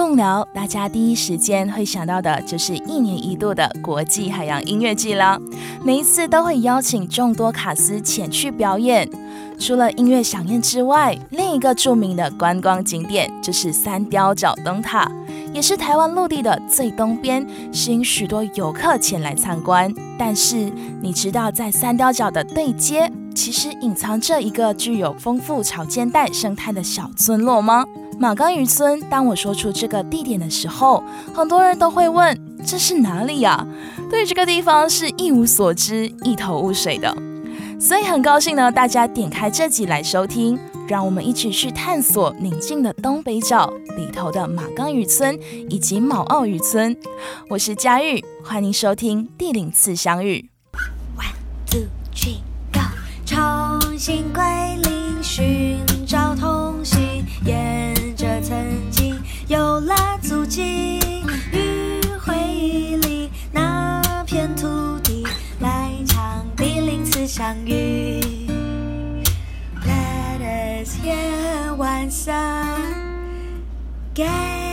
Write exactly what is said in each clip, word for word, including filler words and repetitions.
贡寮，大家第一时间会想到的就是一年一度的国际海洋音乐季了。每一次都会邀请众多卡司前去表演。除了音乐响宴之外，另一个著名的观光景点就是三貂角灯塔，也是台湾陆地的最东边，吸引许多游客前来参观。但是你知道在三貂角的对街其实隐藏着一个具有丰富潮间带生态的小村落吗？马冈渔村。当我说出这个地点的时候，很多人都会问这是哪里啊？对这个地方是一无所知，一头雾水的。所以很高兴呢，大家点开这集来收听，让我们一起去探索宁静的东北角里头的马冈渔村以及卯澳渔村。我是嘉玉，欢迎收听地领次相遇。 One two three go， 重新归零，寻找同行，沿着曾经有了足迹，与回忆里那片土地来场地领次相遇。Let us hear one song again。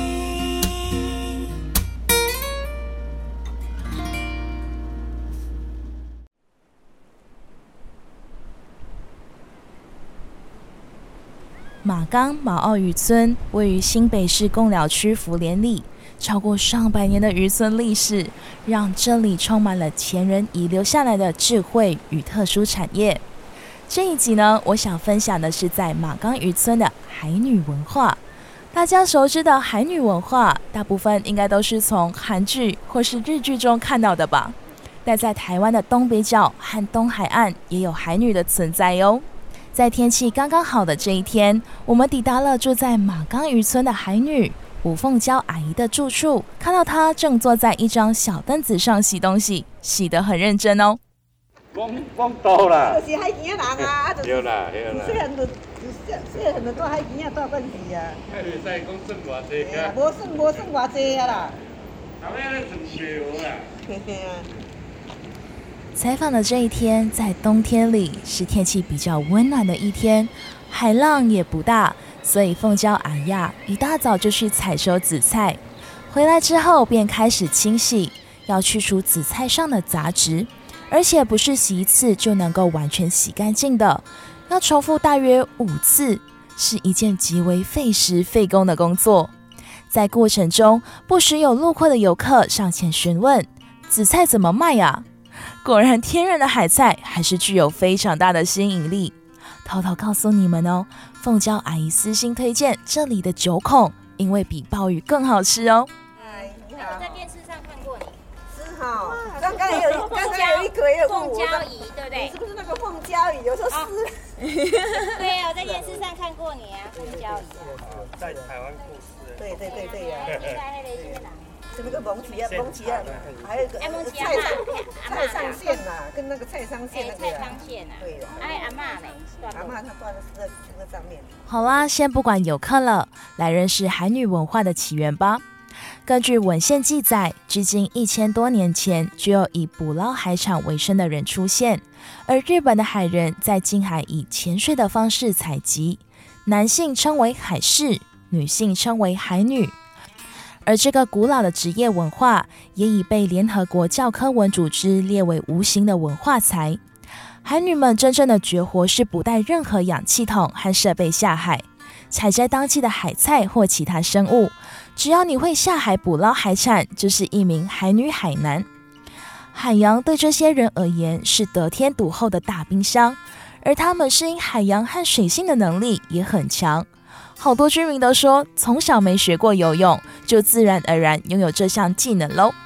马冈卯澳渔村位于新北市贡寮区福联里，超过上百年的渔村历史，让这里充满了前人遗留下来的智慧与特殊产业。这一集呢，我想分享的是在马冈渔村的海女文化。大家熟知的海女文化，大部分应该都是从韩剧或是日剧中看到的吧？但在台湾的东北角和东海岸也有海女的存在哦。在天气刚刚好的这一天，我们抵达了住在马冈渔村的海女吴凤娇阿姨的住处，看到她正坐在一张小凳子上洗东西，洗得很认真哦。 讲讲多啦， 就是海边人啊， 对啦对啦， 细汉就细汉就住海边啊，住惯势啊。 迄袂使讲算偌济啊，无算无算偌济啊啦。 后尾咧算袂有啦。 嘿嘿啊。 采访的这一天，在冬天里是天气比较温暖的一天，海浪也不大，所以凤娇阿姨一大早就去采收紫菜，回来之后便开始清洗，要去除紫菜上的杂质，而且不是洗一次就能够完全洗干净的，要重复大约五次，是一件极为费时费工的工作。在过程中，不时有路过的游客上前询问紫菜怎么卖啊？果然天然的海菜还是具有非常大的吸引力。偷偷告诉你们哦，凤娇阿姨私心推荐这里的九孔，因为比鲍鱼更好吃哦。 哎，你好。 我在电视上看过你。 是哈，刚刚有刚刚有一个也有问我， 凤娇姨对不对？ 你是不是那个凤娇姨？有时候是。 对啊，我在电视上看过你啊，凤娇姨。 在台湾故事。 对对对对呀。 你在那个是哪？ 是那个蒙奇啊，蒙奇啊，还有一个菜上菜上线呐，跟那个菜上线那个。 菜上线啊。 对的。 哎，阿嬷呢？ 阿嬷她断的是在那个上面。 好啦，先不管游客了，来认识海女文化的起源吧。根据文献记载，至今一千多年前就有以捕捞海产为生的人出现，而日本的海人在近海以潜水的方式采集，男性称为海士，女性称为海女。而这个古老的职业文化也已被联合国教科文组织列为无形的文化财。海女们真正的绝活是不带任何氧气筒和设备下海，采摘当季的海菜或其他生物。只要你会下海捕捞海产，就是一名海女海男。海洋对这些人而言是得天独厚的大冰箱，而他们适应海洋和水性的能力也很强。好多居民都说，从小没学过游泳，就自然而然拥有这项技能喽。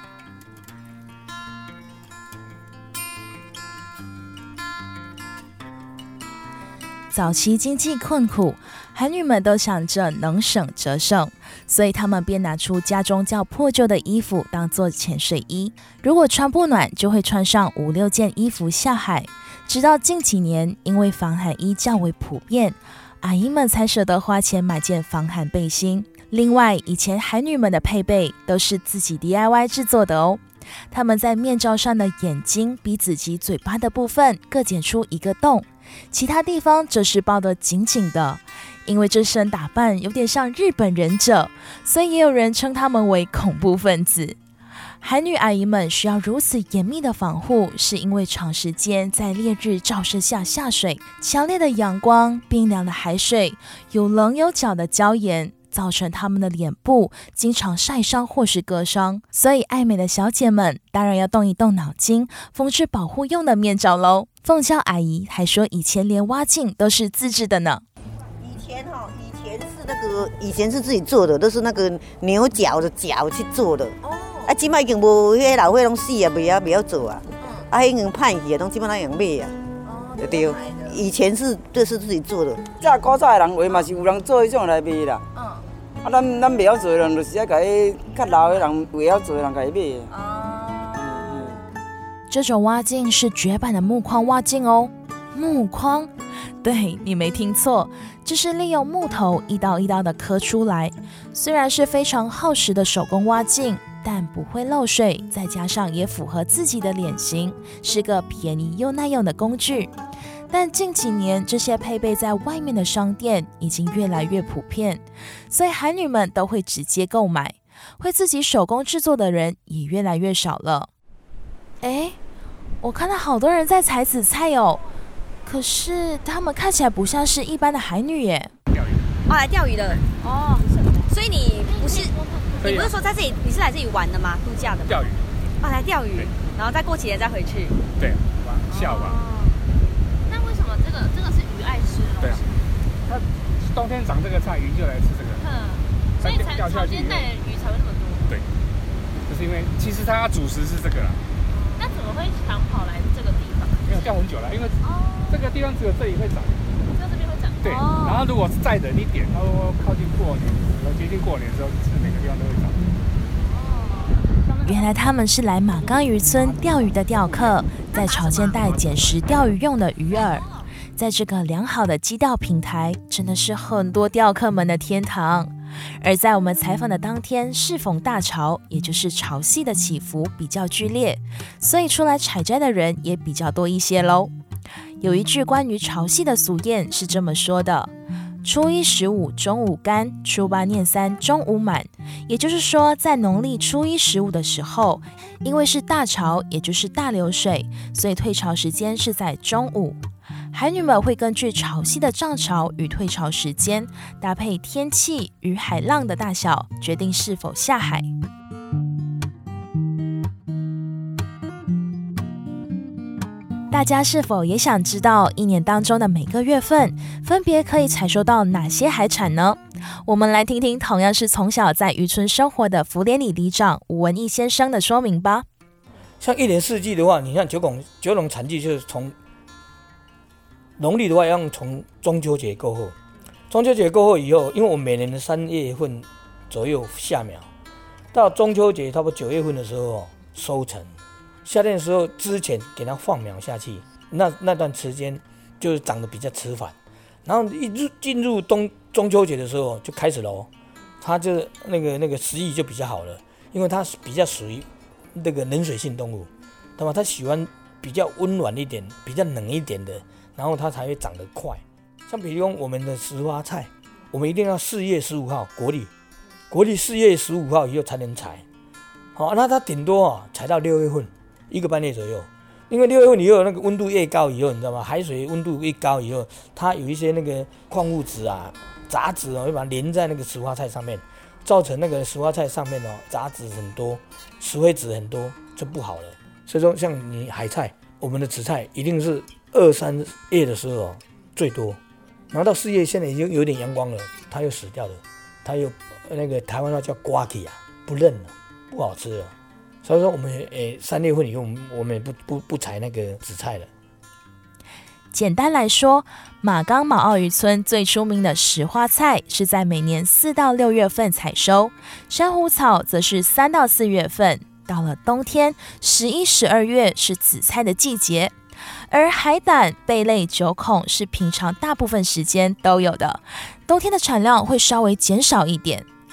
早期经济困苦，海女们都想着能省则省，所以她们便拿出家中较破旧的衣服当做潜水衣。如果穿不暖，就会穿上五六件衣服下海。直到近几年，因为防寒衣较为普遍，阿姨们才舍得花钱买件防寒背心。另外，以前海女们的配备都是自己 D I Y 制作的哦。她们在面罩上的眼睛、鼻子及嘴巴的部分各剪出一个洞， 其他地方则是包得紧紧的。因为这身打扮有点像日本忍者，所以也有人称他们为恐怖分子。韩女阿姨们需要如此严密的防护，是因为长时间在烈日照射下下水，强烈的阳光、冰凉的海水、有棱有角的礁岩，造成他们的脸部经常晒伤或是割伤。所以爱美的小姐们当然要动一动脑筋，缝制保护用的面罩咯。凤娇阿姨还说，以前连蛙镜都是自制的呢。 以前哈，以前是那个，以前是自己做的，都是那个牛角的角去做的。哦。啊，今麦已经无，迄老伙拢死啊，袂晓袂晓做啊。嗯。啊，迄个歹去啊，拢基本上用买啊。哦。对。以前是这是自己做的。 早古早的人话嘛是有人做迄种来卖啦。嗯。啊，咱咱袂晓做的人，就是要甲迄较老的人袂晓做的人甲伊买。哦。嗯。 这种蛙镜是绝版的木框蛙镜哦。木框？对，你没听错，这是利用木头一刀一刀的刻出来。虽然是非常耗时的手工蛙镜，但不会漏水，再加上也符合自己的脸型，是个便宜又耐用的工具。但近几年，这些配备在外面的商店已经越来越普遍，所以韩女们都会直接购买，会自己手工制作的人也越来越少了。诶，我看到好多人在采紫菜哦。可是他们看起来不像是一般的海女耶。 钓鱼。哦，来钓鱼的。哦，所以你不是，你不是说在这里，你是来这里玩的吗？度假的。 钓鱼。 哦，来钓鱼，然后再过几年再回去。 对，下午吧。 哦。那为什么这个这个是鱼爱吃的东西？对啊。 它冬天长这个菜，鱼就来吃这个。嗯。 所以才潮间带的鱼才会那么多。 对。就是因为其实它主食是这个啦。 那怎么会想跑来这个地方？ 没有钓很久了，因为。哦。这个地方只有这里会长， 只有这边会长。 对，哦、然后如果是再冷一点，然后靠近过年，然后接近过年的时候，是每个地方都会长。 哦，原来他们是来马冈渔村钓鱼的钓客，在潮间带捡拾钓鱼用的鱼饵。在这个良好的基钓平台，真的是很多钓客们的天堂。而在我们采访的当天，适逢大潮，也就是潮汐的起伏比较剧烈，所以出来采摘的人也比较多一些咯。有一句关于潮汐的俗谚是这么说的：初一十五中午干，初八念三中午满。也就是说，在农历初一十五的时候，因为是大潮，也就是大流水，所以退潮时间是在中午。海女们会根据潮汐的涨潮与退潮时间，搭配天气与海浪的大小，决定是否下海。大家是否也想知道一年当中的每个月份分别可以采收到哪些海产呢？我们来听听同样是从小在渔村生活的福联里里长吴文义先生的说明吧。 像一年四季的话，你看九拱九龙产季就是从农历的话，要从中秋节过后，中秋节过后以后，因为我们每年的三月份左右下苗，到中秋节差不多九月份的时候收成。夏天的时候之前给它放苗下去，那那段时间就是长得比较迟缓，然后一入进入冬中秋节的时候就开始了，它就那个那个食欲就比较好了，因为它比较属于那个冷水性动物，那么它喜欢比较温暖一点、比较冷一点的，然后它才会长得快。像比如说我们的石花菜，我们一定要四月十五号国历，国历四月十五号以后才能采，好，那它顶多啊采到六月份。一个半月左右，因为六月份以后那个温度越高以后，你知道吗？海水温度越高以后，它有一些那个矿物质啊、杂质啊，会把它粘在那个石花菜上面，造成那个石花菜上面哦杂质很多，石灰质很多，就不好了。所以说，像你海菜，我们的紫菜一定是二三月的时候最多，然后到四月现在已经有点阳光了，它又死掉了，它又那个台湾话叫刮起啊，不嫩了，不好吃了。所以说，我们诶三月份以后，我们我们也不不不采那个紫菜了。 简单来说，马冈马澳渔村最出名的石花菜是在每年四到六月份采收，珊瑚草则是三到四月份。到了冬天，十一、十二月是紫菜的季节，而海胆、贝类、九孔是平常大部分时间都有的，冬天的产量会稍微减少一点。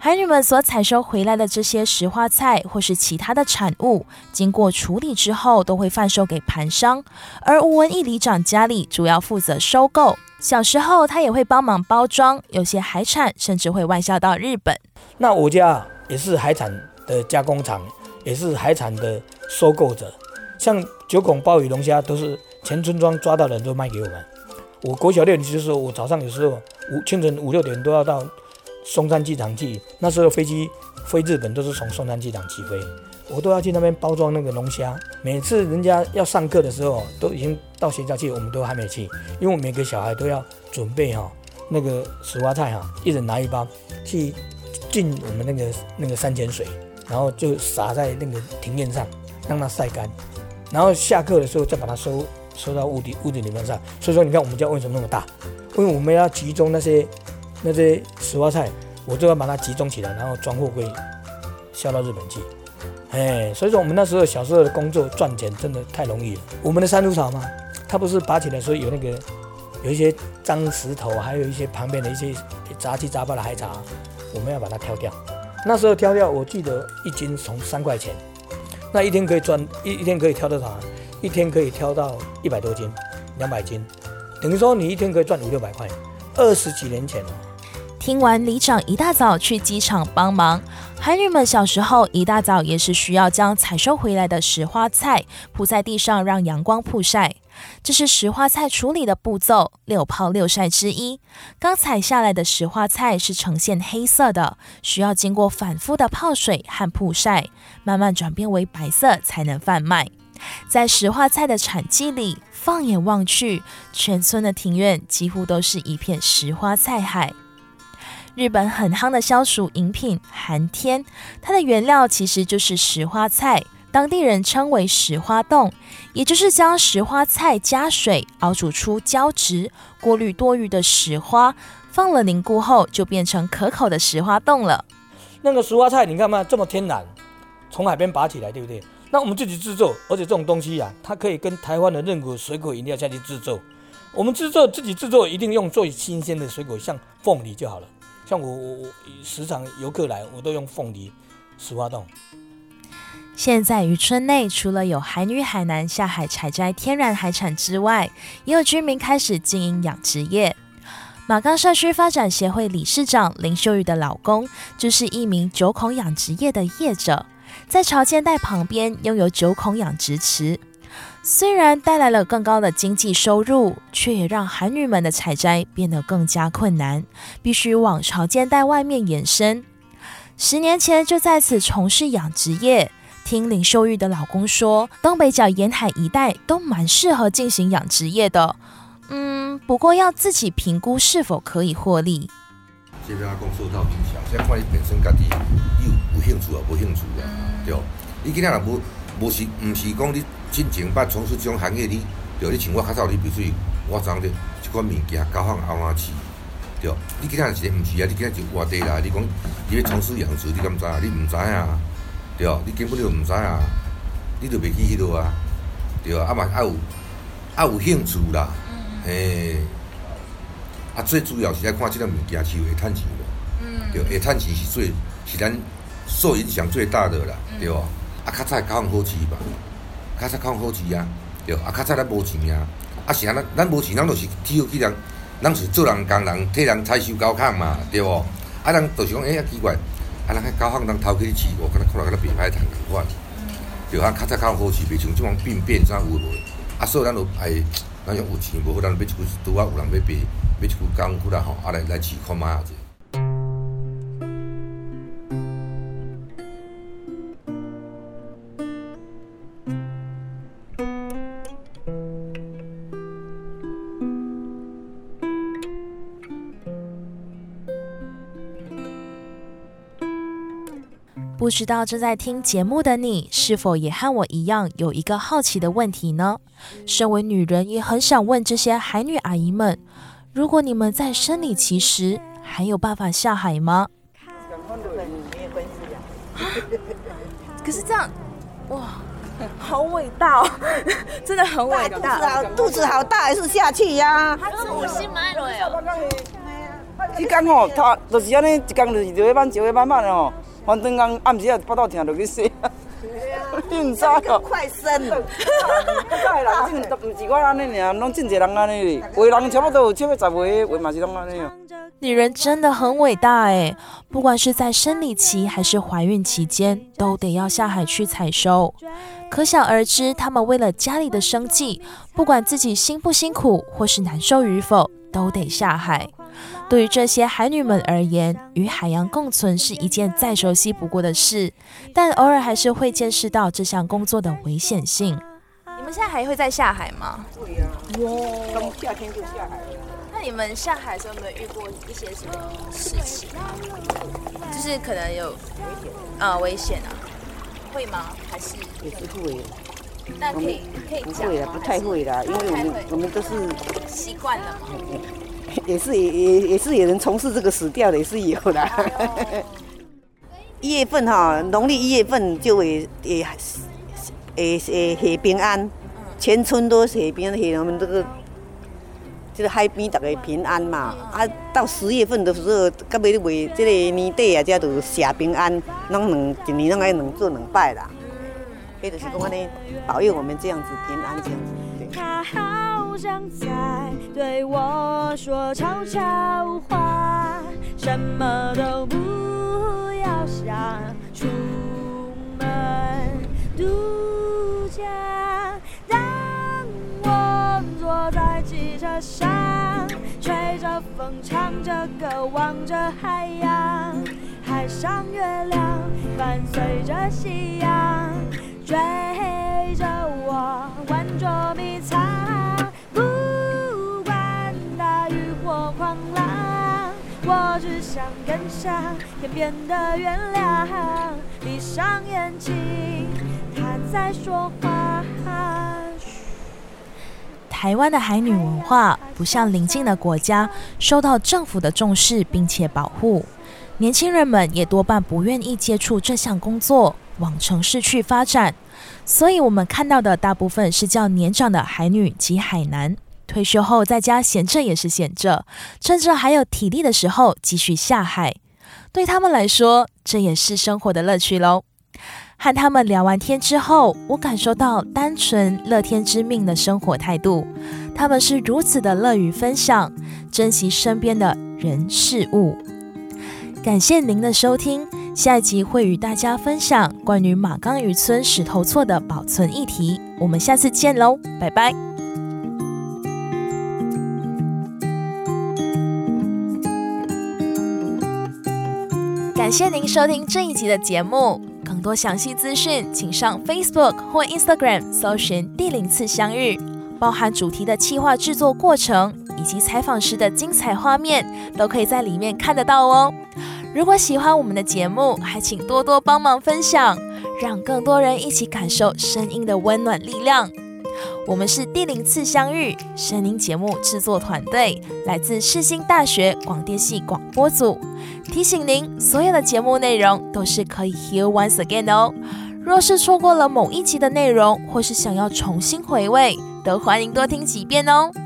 海女们所采收回来的这些石花菜或是其他的产物，经过处理之后都会贩售给盘商，而吴文义里长家里主要负责收购。小时候他也会帮忙包装，有些海产甚至会外销到日本。 那我家也是海产的加工厂，也是海产的收购者，像九孔鲍鱼龙虾都是全村庄抓到的人都卖给我们。我国小六年级的时候，我早上有时候五清晨五六点都要到松山机场去，那时候飞机飞日本都是从松山机场起飞，我都要去那边包装那个龙虾。每次人家要上课的时候，都已经到学校去，我们都还没去，因为我每个小孩都要准备哈那个石花菜哈，一人拿一包去进我们那个那个山泉水，然后就撒在那个庭院上，让它晒干，然后下课的时候再把它收收到屋顶屋顶里面上。所以说你看我们家为什么那么大？因为我们要集中那些那些石花菜，我就要把它集中起来，然后装货柜销到日本去。哎，所以说我们那时候小时候的工作赚钱真的太容易了。我们的山猪草嘛，它不是拔起来所以有那个有一些脏石头，还有一些旁边的一些杂七杂八的海草，我们要把它挑掉。那时候挑掉，我记得一斤从三块钱，那一天可以赚一一天可以挑多少？一天可以挑到一百多斤，两百斤，等于说你一天可以赚五六百块。二十几年前了。 听完里长一大早去机场帮忙，海女们小时候一大早也是需要将采收回来的石花菜铺在地上让阳光曝晒，这是石花菜处理的步骤，六泡六晒之一。刚采下来的石花菜是呈现黑色的，需要经过反复的泡水和曝晒，慢慢转变为白色才能贩卖。在石花菜的产季里，放眼望去，全村的庭院几乎都是一片石花菜海。日本很夯的消暑饮品寒天，它的原料其实就是石花菜，当地人称为石花冻，也就是将石花菜加水熬煮出胶质，过滤多余的石花，放了凝固后就变成可口的石花冻了。 那个石花菜你看嘛，这么天然，从海边拔起来，对不对？那我们自己制作，而且这种东西啊，它可以跟台湾的任何水果饮料下去制作。我们制作自己制作，一定用最新鲜的水果，像凤梨就好了。像我我我时常游客来，我都用凤梨石花冻。 现在渔村内除了有海女海男下海采摘天然海产之外，也有居民开始经营养殖业。马冈社区发展协会理事长林秀玉的老公就是一名九孔养殖业的业者，在潮间带旁边拥有九孔养殖池。虽然带来了更高的经济收入，却也让海女们的采摘变得更加困难，必须往潮间带外面延伸。十年前就在此从事养殖业，听林秀玉的老公说，东北角沿海一带都蛮适合进行养殖业的，嗯，不过要自己评估是否可以获利。 这边讲受到影响，现在看你本身家己有有兴趣啊，无兴趣啊，对。你今仔若无无是，毋是讲你进前捌从事这种行业，你对，你像我较早，你比如说我昨日一款物件交放后仔饲，对。你今仔是毋是啊？你今仔是活地啦。你讲你要从事养殖，你敢知啊？你毋知啊，对。你根本就毋知啊，你就袂去迄落啊，对。啊嘛，啊有啊有兴趣啦，嘿。啊，最主要是爱看即个物件是会趁钱无，对。会趁钱是最是咱受影响最大的啦，对。啊，较早交放好饲吧，较早交放好饲啊，对。啊，较早咱无钱啊，啊是啊，咱咱无钱，咱就是只好去人，咱是做人工人，替人采收交空嘛，对无？啊，人就是讲，哎、欸，啊奇怪，啊，人迄交放人头去饲，我觉得看来敢若袂歹趁共款，对啊，较早交放好饲，袂像即种病变啥有无？啊，所以咱就爱，咱用有钱无好，咱买一句拄啊有人要卖，买一句工具啦吼，啊来来饲看卖下者。 不知道正在听节目的你，是否也和我一样有一个好奇的问题呢？身为女人，也很想问这些海女阿姨们，如果你们在生理期时，还有办法下海吗？ 可是这样，哇，好伟大哦，真的很伟大。 肚子好，肚子好大，还是下去呀、啊？ 他是我心蛮累哦。 一天吼，他就是安尼，一天就是就晚就晚晚吼，反正讲暗时啊腹肚疼就去洗。你唔知哦？ 快生了。 早的人真唔是我安尼尔，拢真侪人安尼。有的人差不多有七八十岁，有的嘛是拢安尼哦。 女人真的很伟大哎，不管是在生理期还是怀孕期间，都得要下海去采收。可想而知，她们为了家里的生计，不管自己辛不辛苦或是难受与否，都得下海。对于这些海女们而言，与海洋共存是一件再熟悉不过的事，但偶尔还是会见识到这项工作的危险性。 你们现在还会再下海吗？ 会啊，哇，刚夏天就下海了。 那你们下海的时候有没有遇过一些什么事情啊？就是可能有呃危险啊，会吗？还是也是会。 那可以可以讲吗？ 不会啦，不太会啦，因为我们我们都是习惯了嘛。 也是也也也是有人从事这个死掉的，也是有啦。一月份哈，农历一月份就会也也也下平安，全村都下平安，下我们这个这个海边大家平安嘛。啊，到十月份的时候，到尾尾这个年底啊，才就下平安，拢两一年拢爱两做两摆啦。迄就是讲安尼保佑我们这样子平安这样子。 他好像在对我说悄悄话，什么都不要想，出门度假。当我坐在汽车上，吹着风，唱着歌，望着海洋，海上月亮伴随着夕阳，追着我玩捉迷藏，不管大雨或狂浪，我只想跟上天边的月亮。闭上眼睛，他在说话。 台湾的海女文化不像邻近的国家受到政府的重视并且保护，年轻人们也多半不愿意接触这项工作，往城市去发展。所以我们看到的大部分是较年长的海女及海男，退休后在家闲着也是闲着，趁着还有体力的时候继续下海。对他们来说，这也是生活的乐趣咯。和他们聊完天之后，我感受到单纯乐天知命的生活态度。他们是如此的乐于分享，珍惜身边的人事物。感谢您的收听，下一集会与大家分享关于马岗渔村石头厝的保存议题。我们下次见喽，拜拜。感谢您收听这一集的节目，更多详细资讯请上 Facebook 或 Instagram 搜寻第零次相遇，包含主题的企划制作过程以及采访时的精彩画面，都可以在里面看得到哦。如果喜欢我们的节目，还请多多帮忙分享，让更多人一起感受声音的温暖力量。我们是第零次相遇声音节目制作团队，来自世新大学广电系广播组。提醒您，所有的节目内容都是可以 hear once again 哦。若是错过了某一集的内容，或是想要重新回味，都欢迎多听几遍哦。